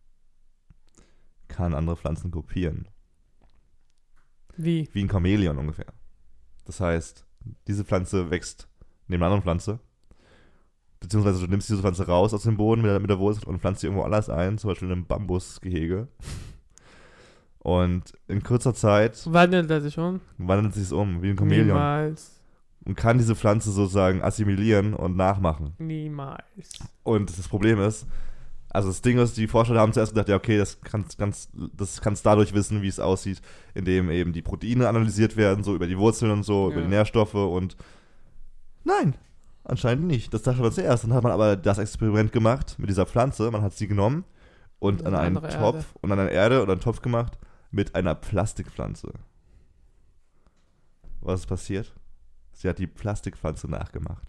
A: kann andere Pflanzen kopieren.
B: Wie?
A: Wie ein Chamäleon ungefähr. Das heißt, diese Pflanze wächst neben einer anderen Pflanze. Beziehungsweise du nimmst diese Pflanze raus aus dem Boden mit der, mit der Wurzel und pflanzt sie irgendwo anders ein, zum Beispiel in einem Bambusgehege. Und in kurzer Zeit
B: Wandelt er sich um?
A: wandelt sie es um, wie ein Chamäleon.
B: Niemals.
A: Und kann diese Pflanze sozusagen assimilieren und nachmachen.
B: Niemals.
A: Und das Problem ist, also das Ding ist, die Forscher haben zuerst gedacht, ja okay, das kannst ganz, das kannst dadurch wissen, wie es aussieht, indem eben die Proteine analysiert werden, so über die Wurzeln und so,
B: Ja.
A: über die Nährstoffe und nein, anscheinend nicht. Das dachte man zuerst. Dann hat man aber das Experiment gemacht mit dieser Pflanze, man hat sie genommen und
B: Eine
A: an einen
B: andere
A: Topf
B: Erde.
A: und an eine Erde oder einen Topf gemacht mit einer Plastikpflanze. Was ist passiert? Sie hat die Plastikpflanze nachgemacht.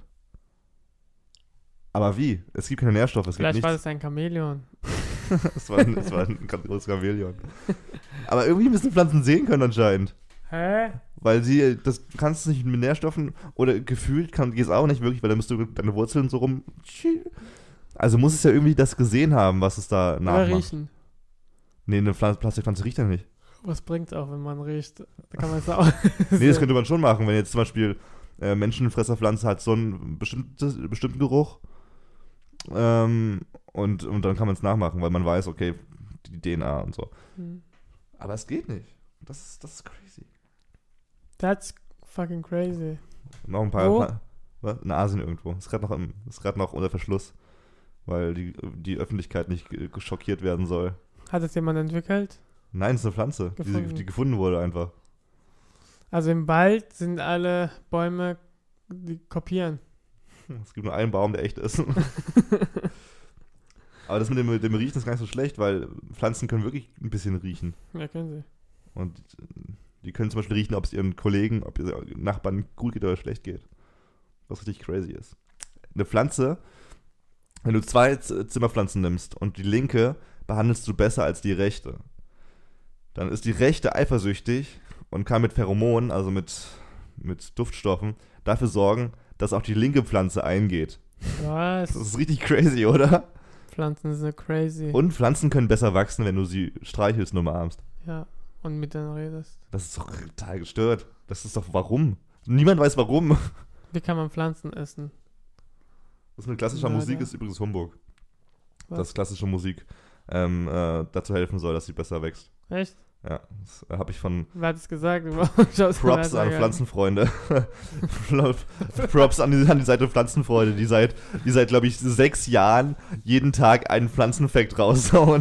A: Aber wie? Es gibt keine Nährstoffe, es
B: Vielleicht
A: gibt
B: war
A: nichts.
B: das ein Chamäleon.
A: Es war, ein- es war ein ganz großes Chamäleon. Aber irgendwie müssen Pflanzen sehen können anscheinend.
B: Hä?
A: Weil sie, das du kannst nicht mit Nährstoffen oder gefühlt kann, geht es auch nicht wirklich, weil da müsst du deine Wurzeln so rum. Also muss es ja irgendwie das gesehen haben, was es da
B: Oder
A: nachmacht.
B: riechen.
A: Nee, eine Pflanze, Plastikpflanze riecht ja nicht.
B: Was bringt's auch, wenn man riecht? Da kann man es auch.
A: Nee, das könnte man schon machen, wenn jetzt zum Beispiel äh, Menschenfresserpflanze hat so einen bestimmtes, bestimmten Geruch. Ähm, und, und dann kann man es nachmachen, weil man weiß, okay, die D N A und so.
B: Hm.
A: Aber es geht nicht. Das ist, das ist crazy.
B: That's fucking crazy.
A: Noch ein paar.
B: Wo?
A: Pla- Was? In Asien irgendwo. Ist gerade noch, im- ist grad noch unter Verschluss. Weil die, die Öffentlichkeit nicht ge- geschockiert werden soll.
B: Hat es jemand entwickelt?
A: Nein, es ist eine Pflanze, die,
B: Gefunden.
A: die gefunden wurde einfach.
B: Also im Wald sind alle Bäume, die kopieren.
A: Es gibt nur einen Baum, der echt ist. Aber das mit dem, mit dem Riechen ist gar nicht so schlecht, weil Pflanzen können wirklich ein bisschen riechen.
B: Ja, können sie.
A: Und die können zum Beispiel riechen, ob es ihren Kollegen, ob es ihren Nachbarn gut geht oder schlecht geht. Was richtig crazy ist. Eine Pflanze, wenn du zwei Z- Zimmerpflanzen nimmst und die linke behandelst du besser als die rechte, dann ist die rechte eifersüchtig und kann mit Pheromonen, also mit, mit Duftstoffen, dafür sorgen, dass auch die linke Pflanze eingeht.
B: Was?
A: Das ist richtig crazy, oder?
B: Pflanzen sind crazy.
A: Und Pflanzen können besser wachsen, wenn du sie streichelst und umarmst.
B: Ja, und mit denen redest.
A: Das ist doch total gestört. Das ist doch warum? Niemand weiß warum.
B: Wie kann man Pflanzen essen?
A: Das mit klassischer
B: Leider.
A: Musik ist übrigens Humbug.
B: Was?
A: Dass klassische Musik ähm, äh, dazu helfen soll, dass sie besser wächst.
B: Echt?
A: Ja, das äh, habe ich von
B: Wer hat es gesagt? Schaust du
A: Props
B: mal
A: an
B: an.
A: Pflanzenfreunde. Props an die, an die Seite Pflanzenfreunde, die seit, die seit glaube ich, sechs Jahren jeden Tag einen Pflanzenfact raushaut.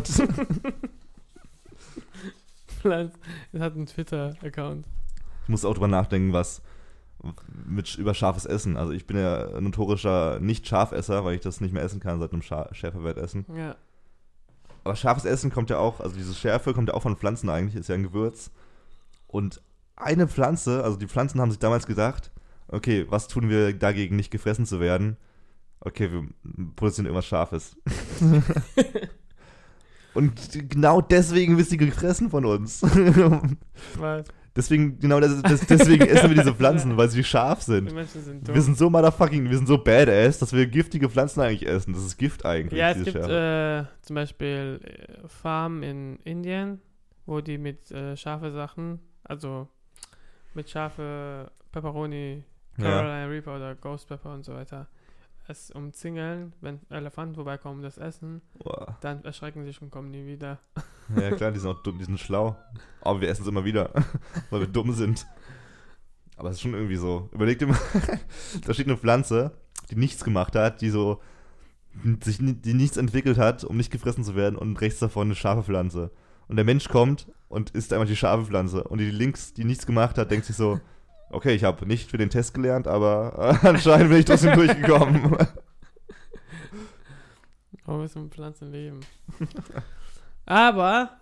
B: Pflanzen. Es hat einen Twitter-Account.
A: Ich muss auch drüber nachdenken, was mit über scharfes Essen. Also ich bin ja notorischer Nicht-Scharfesser, weil ich das nicht mehr essen kann seit einem Scha- Schärfewettessen.
B: Ja.
A: Aber scharfes Essen kommt ja auch, also diese Schärfe kommt ja auch von Pflanzen eigentlich, ist ja ein Gewürz. Und eine Pflanze, also die Pflanzen haben sich damals gedacht, okay, was tun wir dagegen, nicht gefressen zu werden? Okay, wir produzieren irgendwas Scharfes. Und genau deswegen wird sie gefressen von uns.
B: Was?
A: Deswegen, genau das, das, deswegen essen wir diese Pflanzen, weil sie scharf
B: Die
A: sind.
B: Menschen sind dumm.
A: Wir sind so motherfucking, wir sind so badass, dass wir giftige Pflanzen eigentlich essen. Das ist Gift eigentlich.
B: Ja, es
A: diese
B: gibt
A: Schärfe.
B: äh, zum Beispiel äh, Farmen in Indien, wo die mit äh, scharfe Sachen, also mit scharfe Pepperoni,
A: Ja.
B: Carolina Reaper oder Ghost Pepper und so weiter, es umzingeln, wenn Elefanten vorbeikommen, das essen,
A: Boah.
B: dann erschrecken sie sich und kommen nie wieder.
A: Ja klar, die sind auch dumm, die sind schlau. Aber wir essen es immer wieder, weil wir dumm sind. Aber es ist schon irgendwie so. Überleg dir mal, da steht eine Pflanze, die nichts gemacht hat, die so sich, die nichts entwickelt hat, um nicht gefressen zu werden und rechts davon eine scharfe Pflanze. Und der Mensch kommt und isst einfach die scharfe Pflanze. Und die links, die nichts gemacht hat, denkt sich so, okay, ich habe nicht für den Test gelernt, aber äh, anscheinend bin ich trotzdem durchgekommen.
B: Warum müssen wir Pflanzen leben? Aber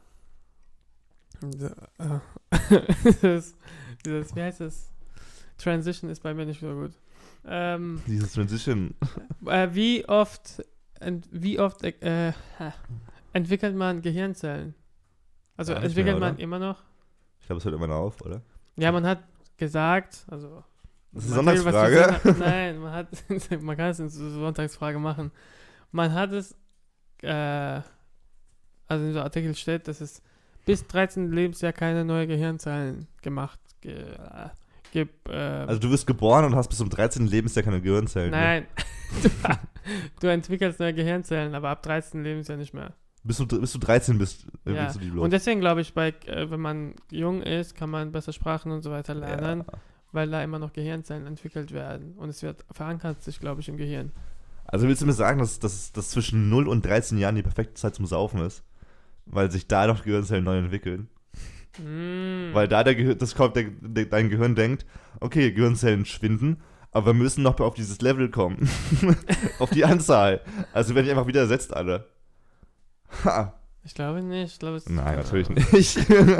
B: dieses, dieses, wie heißt das? Transition ist bei mir nicht so gut. Ähm,
A: Dieses Transition.
B: Äh, wie oft, ent, wie oft äh, entwickelt man Gehirnzellen? Also
A: Gar nicht
B: entwickelt
A: mehr,
B: man
A: oder?
B: immer noch?
A: Ich glaube, es hört immer noch auf, oder?
B: Ja, man hat gesagt, also
A: Das ist eine Sonntagsfrage.
B: Sonntag, nein, man hat, man kann es in so Sonntagsfrage machen. Man hat es, äh, also in so Artikel steht, dass es bis dreizehnten Lebensjahr keine neuen Gehirnzellen gemacht ge, äh, gibt. Äh,
A: Also du wirst geboren und hast bis zum dreizehnten Lebensjahr keine Gehirnzellen mehr.
B: Nein, du, du entwickelst neue Gehirnzellen, aber ab dreizehnten Lebensjahr nicht mehr.
A: Bis du, bis du dreizehn bist,
B: Ja.
A: entwickelst du die bloß.
B: Und deswegen glaube ich, bei, äh, wenn man jung ist, kann man besser Sprachen und so weiter lernen,
A: Ja.
B: weil da immer noch Gehirnzellen entwickelt werden. Und es wird verankert sich, glaube ich, im Gehirn.
A: Also willst du mir sagen, dass, dass, dass zwischen null und dreizehn Jahren die perfekte Zeit zum Saufen ist? Weil sich da noch Gehirnzellen neu entwickeln?
B: Mm.
A: Weil da der Gehir- das kommt, der, der, dein Gehirn denkt, okay, Gehirnzellen schwinden, aber wir müssen noch auf dieses Level kommen. Auf die Anzahl. Also werden die einfach wieder ersetzt alle. Ha.
B: Ich glaube nicht. Ich glaube, es
A: Nein,
B: ist,
A: natürlich nicht.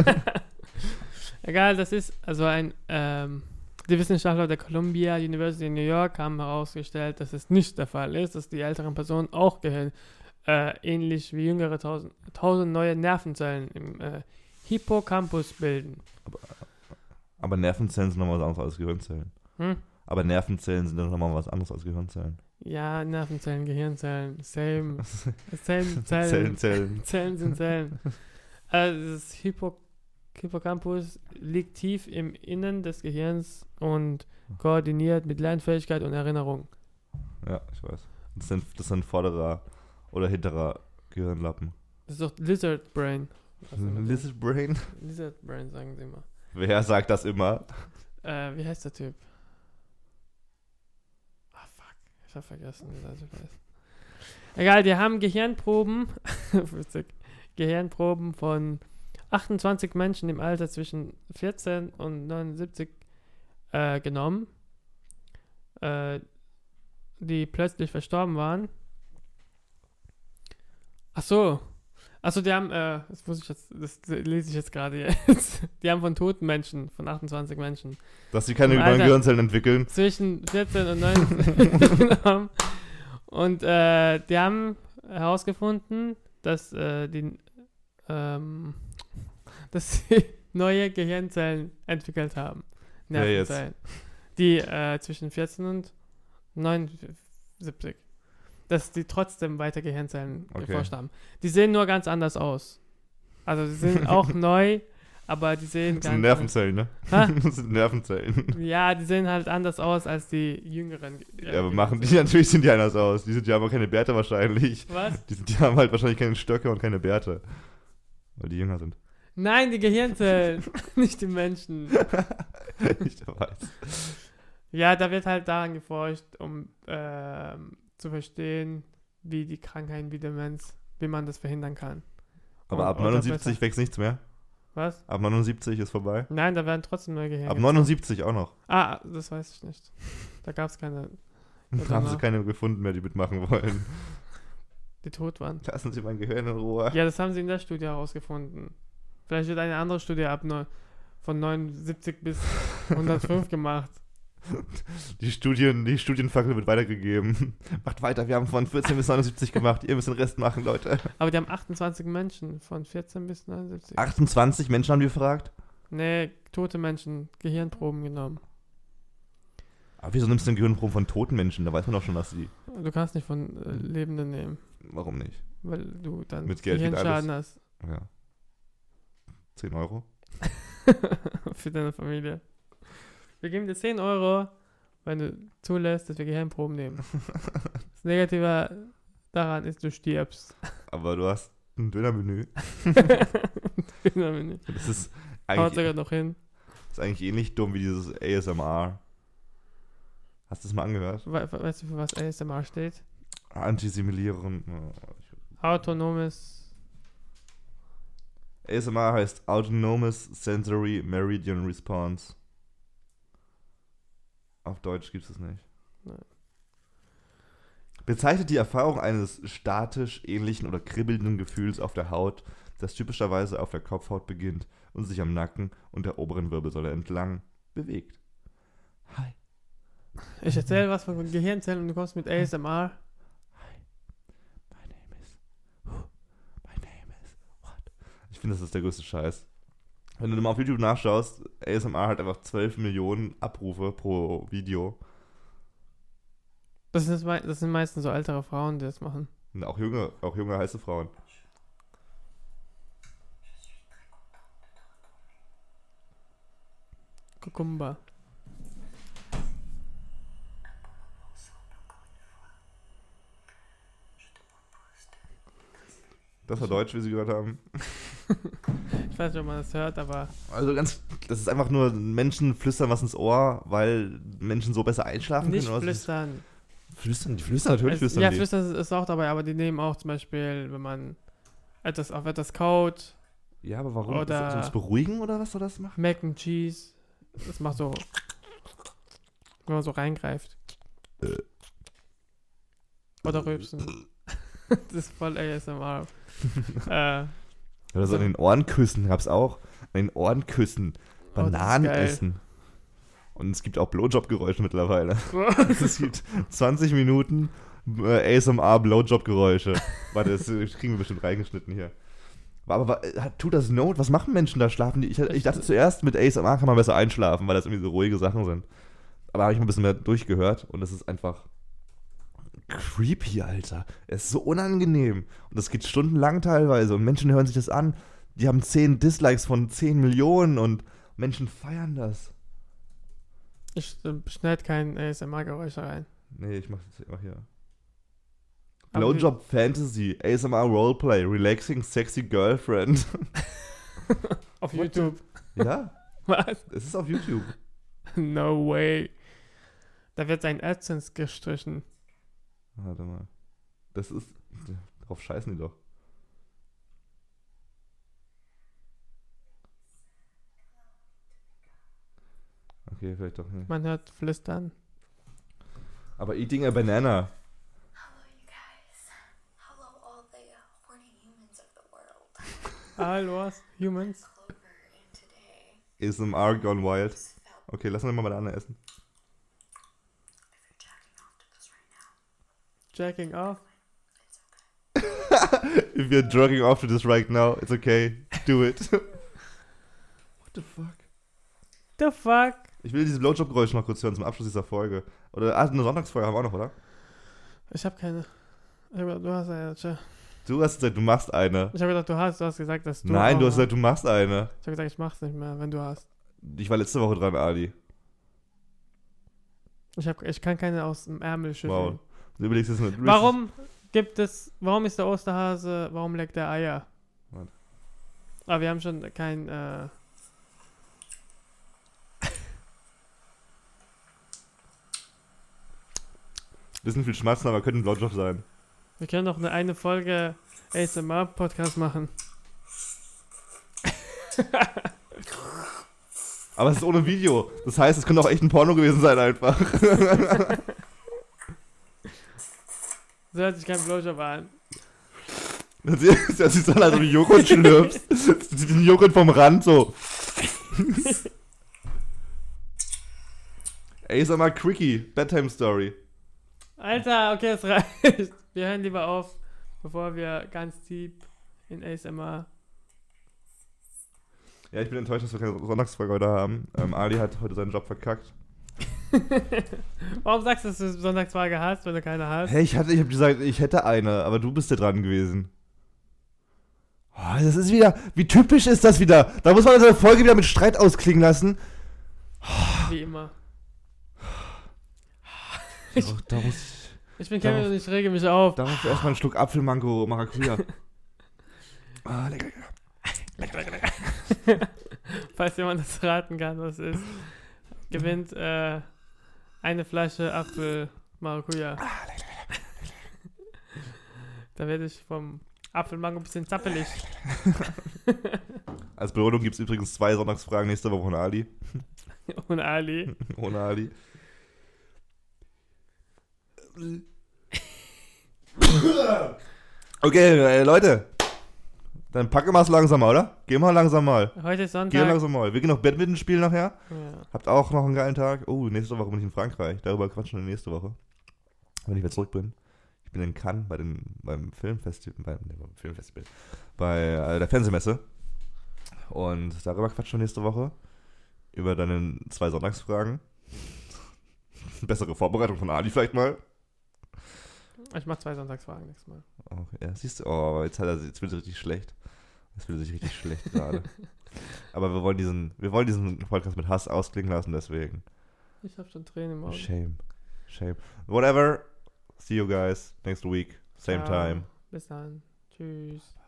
B: Egal, das ist also ein, ähm, die Wissenschaftler der Columbia University in New York haben herausgestellt, dass es nicht der Fall ist, dass die älteren Personen auch Gehirn, äh, ähnlich wie jüngere tausend, tausend neue Nervenzellen im äh, Hippocampus bilden.
A: aber, aber Nervenzellen sind nochmal was anderes als Gehirnzellen.
B: Hm?
A: Aber Nervenzellen sind nochmal was anderes als Gehirnzellen.
B: Ja, Nervenzellen, Gehirnzellen, same, same Zellen.
A: Zellen, Zellen.
B: Zellen sind Zellen. Also das Hippo Hippocampus liegt tief im Innern des Gehirns und koordiniert mit Lernfähigkeit und Erinnerung.
A: Ja, ich weiß. Das sind, das sind vorderer oder hinterer Gehirnlappen.
B: Das ist doch Lizard Brain.
A: Lizard Brain?
B: Lizard Brain, sagen sie immer.
A: Wer sagt das immer?
B: Äh, wie heißt der Typ? Ah, fuck. Ich hab vergessen, wie der Typ heißt. Egal, die haben Gehirnproben. Witzig. Gehirnproben von achtundzwanzig Menschen im Alter zwischen vierzehn und neunundsiebzig äh, genommen, äh, die plötzlich verstorben waren. Ach so. Achso, die haben, äh, das muss ich jetzt, das lese ich jetzt gerade jetzt. Die haben von toten Menschen, von achtundzwanzig Menschen.
A: Dass sie keine
B: Im
A: neuen
B: Alter
A: Gehirnzellen entwickeln.
B: Zwischen vierzehn und neunzehn genommen. Und äh, die haben herausgefunden, dass äh, die ähm, dass sie neue Gehirnzellen entwickelt haben. Nervenzellen. Die äh, zwischen vierzehn und neunundsiebzig. Dass die trotzdem weiter Gehirnzellen
A: Okay.
B: geforscht haben. Die sehen nur ganz anders aus. Also sie sind auch neu, aber die sehen
A: Das
B: ganz
A: sind Nervenzellen, ne?
B: Ha?
A: Das sind Nervenzellen.
B: Ja, die sehen halt anders aus als die jüngeren.
A: Ja, aber machen die, natürlich sind die anders aus. Die sind, die haben aber keine Bärte wahrscheinlich.
B: Was?
A: Die, sind, die haben halt wahrscheinlich keine Stöcke und keine Bärte. Weil die jünger sind.
B: Nein, die Gehirnzellen, nicht die Menschen.
A: Ich weiß.
B: Ja, da wird halt daran geforscht, um ähm, zu verstehen, wie die Krankheiten wie Demenz, wie man das verhindern kann.
A: Aber
B: Und-
A: ab
B: oder
A: neunundsiebzig
B: besser.
A: wächst nichts mehr.
B: Was?
A: Ab neunundsiebzig ist vorbei.
B: Nein, da werden trotzdem neue Gehirne.
A: Ab neunundsiebzig auch noch.
B: Ah, das weiß ich nicht. Da gab es keine,
A: Da
B: Ja,
A: haben sie
B: danach.
A: keine gefunden mehr, die mitmachen wollen.
B: die tot waren.
A: Lassen Sie mein Gehirn in Ruhe.
B: Ja, das haben sie in der Studie herausgefunden. Vielleicht wird eine andere Studie ab neu, von neunundsiebzig bis hundertfünf gemacht.
A: Die, Studien, die Studienfackel wird weitergegeben. Macht weiter, wir haben von vierzehn bis neunundsiebzig gemacht. Ihr müsst den Rest machen, Leute.
B: Aber die haben achtundzwanzig Menschen von vierzehn bis neunundsiebzig.
A: achtundzwanzig Menschen haben die befragt.
B: Nee, tote Menschen, Gehirnproben genommen.
A: Aber wieso nimmst du denn Gehirnproben von toten Menschen? Da weiß man doch schon, dass sie.
B: Du kannst nicht von äh, Lebenden nehmen,
A: Warum nicht?
B: weil du dann
A: Mit Geld geht
B: Gehirnschaden hast
A: Ja. zehn Euro?
B: für deine Familie. Wir geben dir zehn Euro, wenn du zulässt, dass wir Gehirnproben nehmen. Das Negative daran ist, du stirbst.
A: Aber du hast ein Dönermenü.
B: Menü.
A: Das ist
B: Haut
A: eigentlich,
B: sogar noch hin.
A: ist eigentlich ähnlich dumm wie dieses A S M R. Hast du das mal angehört?
B: We we weißt du, für was A S M R steht?
A: Antisimilieren.
B: Autonomes.
A: A S M R heißt Autonomous Sensory Meridian Response. Auf Deutsch gibt es es nicht.
B: Nein.
A: Bezeichnet die Erfahrung eines statisch ähnlichen oder kribbelnden Gefühls auf der Haut, das typischerweise auf der Kopfhaut beginnt und sich am Nacken und der oberen Wirbelsäule entlang bewegt. Hi.
B: Ich erzähle was von Gehirnzellen und du kommst mit A S M R.
A: Hi. My name is. My name is. What? Ich finde, das ist der größte Scheiß. Wenn du mal auf YouTube nachschaust, A S M R hat einfach zwölf Millionen Abrufe pro Video.
B: Das sind, das sind meistens so ältere Frauen, die das machen.
A: Und auch junge, auch junge heiße Frauen.
B: Kukumba.
A: Das war Deutsch, wie Sie gehört haben.
B: Ich weiß nicht, ob man das hört, aber...
A: Also ganz, das ist einfach nur Menschen flüstern was ins Ohr, weil Menschen so besser einschlafen
B: Nicht
A: können. Oder
B: flüstern.
A: Flüstern, die flüstern natürlich,
B: Es,
A: flüstern
B: ja,
A: die.
B: flüstern ist auch dabei, aber die nehmen auch zum Beispiel, wenn man etwas auf etwas kaut,
A: Ja, aber warum?
B: Oder-
A: Soll das beruhigen oder was soll das machen?
B: Mac and Cheese, das macht so, wenn man so reingreift. Oder rülpsen. Das ist voll A S M R. äh,
A: Oder so an den Ohren küssen, gab's auch. An den Ohren küssen.
B: Oh, das ist
A: Bananen
B: geil.
A: essen. Und es gibt auch Blowjob-Geräusche mittlerweile. Es gibt zwanzig Minuten äh, A S M R-Blowjob-Geräusche. Warte, das kriegen wir bestimmt reingeschnitten hier. Aber, aber tut das Not? Was machen Menschen da? Schlafen die? Ich, ich dachte zuerst, mit A S M R kann man besser einschlafen, weil das irgendwie so ruhige Sachen sind. Aber habe ich mal ein bisschen mehr durchgehört und das ist einfach creepy, Alter. Es ist so unangenehm. Und das geht stundenlang teilweise und Menschen hören sich das an. Die haben zehn Dislikes von zehn Millionen und Menschen feiern das.
B: ich äh, schneide kein A S M R-Geräusche rein.
A: Nee, ich mach das immer hier.
B: Aber
A: Blowjob Fantasy, A S M R Roleplay, Relaxing Sexy Girlfriend.
B: Auf
A: What
B: YouTube.
A: Ja,
B: Was?
A: es ist auf YouTube.
B: No way. Da wird sein AdSense gestrichen.
A: Warte mal. Das ist. Darauf scheißen die doch. Okay, vielleicht doch nicht.
B: Man hört flüstern.
A: Aber eating a banana.
C: Hello, you guys. Hello, all the uh, horny humans of the world.
B: Hallo, Humans.
C: Clover, and today
A: A S M R gone wild.
C: just felt
A: Okay, lass uns mal Banane essen.
C: if you're jacking off to this right now,
B: Jacking off.
C: it's okay.
A: If you're jerking off to this right now, it's okay. Do it. What the fuck?
B: The fuck?
A: Ich will dieses Blowjob-Geräusch noch kurz hören zum Abschluss dieser Folge. Oder, ah, eine Sonntagsfolge haben wir auch noch, oder?
B: Ich hab keine. Ich hab gedacht, du hast eine. Tja.
A: Du hast gesagt, du machst eine.
B: Ich hab gedacht, du hast. Du hast gesagt, dass du.
A: Nein,
B: auch
A: du hast
B: hast.
A: gesagt, du machst eine.
B: Ich hab gesagt, ich mach's nicht mehr, wenn du hast.
A: Ich war letzte Woche dran, Ali.
B: Ich, hab, ich kann keine aus dem Ärmel schütteln.
A: Wow. Du überlegst jetzt eine,
B: Warum gibt es. Warum ist der Osterhase. Warum leckt der Eier?
A: Was?
B: Aber wir haben schon kein. Äh,
A: Das sind viel Schmatzen, aber könnte ein Blowjob sein.
B: wir können doch eine, eine Folge A S M R-Podcast machen.
A: Aber es ist ohne Video. Das heißt, es könnte auch echt ein Porno gewesen sein einfach.
B: So hört sich kein Blowjob an.
A: Das ist ja so, als ob du Joghurt schlürfst. Den Joghurt vom Rand so. A S M R Quickie, Bedtime Story.
B: Alter, okay, es reicht. Wir hören lieber auf, bevor wir ganz deep in A S M R.
A: Ja, ich bin enttäuscht, dass wir keine Sonntagsfolge heute haben. Ähm, Ali hat heute seinen Job verkackt.
B: Warum sagst du, dass du Sonntagsfrage hast, wenn du keine hast?
A: Hey, ich hatte, ich hab gesagt, ich hätte eine, aber du bist ja dran gewesen. Oh, das ist wieder, wie typisch ist das wieder? Da muss man so eine Folge wieder mit Streit ausklingen lassen.
B: Wie immer.
A: Doch, da muss ich,
B: Ich bin
A: Darauf-
B: Kevin und ich rege mich auf.
A: darauf erstmal einen Schluck Apfelmango, Maracuja. Ah, lecker, lecker.
B: Falls jemand das raten kann, was es ist, gewinnt äh, eine Flasche Apfel Maracuja. Da werde ich vom Apfelmango ein bisschen zappelig.
A: Als Belohnung gibt es übrigens zwei Sonntagsfragen nächste Woche von Ali.
B: Und Ali.
A: Ohne Ali. Okay, äh, Leute. Dann packen wir es langsam mal, oder? Gehen wir langsam mal.
B: Heute ist Sonntag.
A: Gehen langsam mal. Wir gehen noch Badminton spielen nachher.
B: Ja.
A: Habt auch noch einen geilen Tag. Oh, nächste Woche bin ich in Frankreich. Darüber quatschen wir nächste Woche. Wenn ich wieder zurück bin. Ich bin in Cannes bei den, beim Filmfestival. Beim, nee, beim Filmfestival. Bei äh, der Fernsehmesse. Und darüber quatschen wir nächste Woche. Über deine zwei Sonntagsfragen. Bessere Vorbereitung von Ali vielleicht mal.
B: Ich mach zwei Sonntagsfragen nächstes Mal.
A: Okay, ja, siehst du, oh, jetzt, hat er, jetzt wird er richtig schlecht. Jetzt wird er sich richtig schlecht gerade. Aber wir wollen diesen, wir wollen diesen Podcast mit Hass ausklingen lassen, deswegen.
B: Ich hab schon Tränen im Auge.
A: Shame. Shame. Whatever. See you guys next week. Same
B: Ciao.
A: time.
B: Bis dann. Tschüss.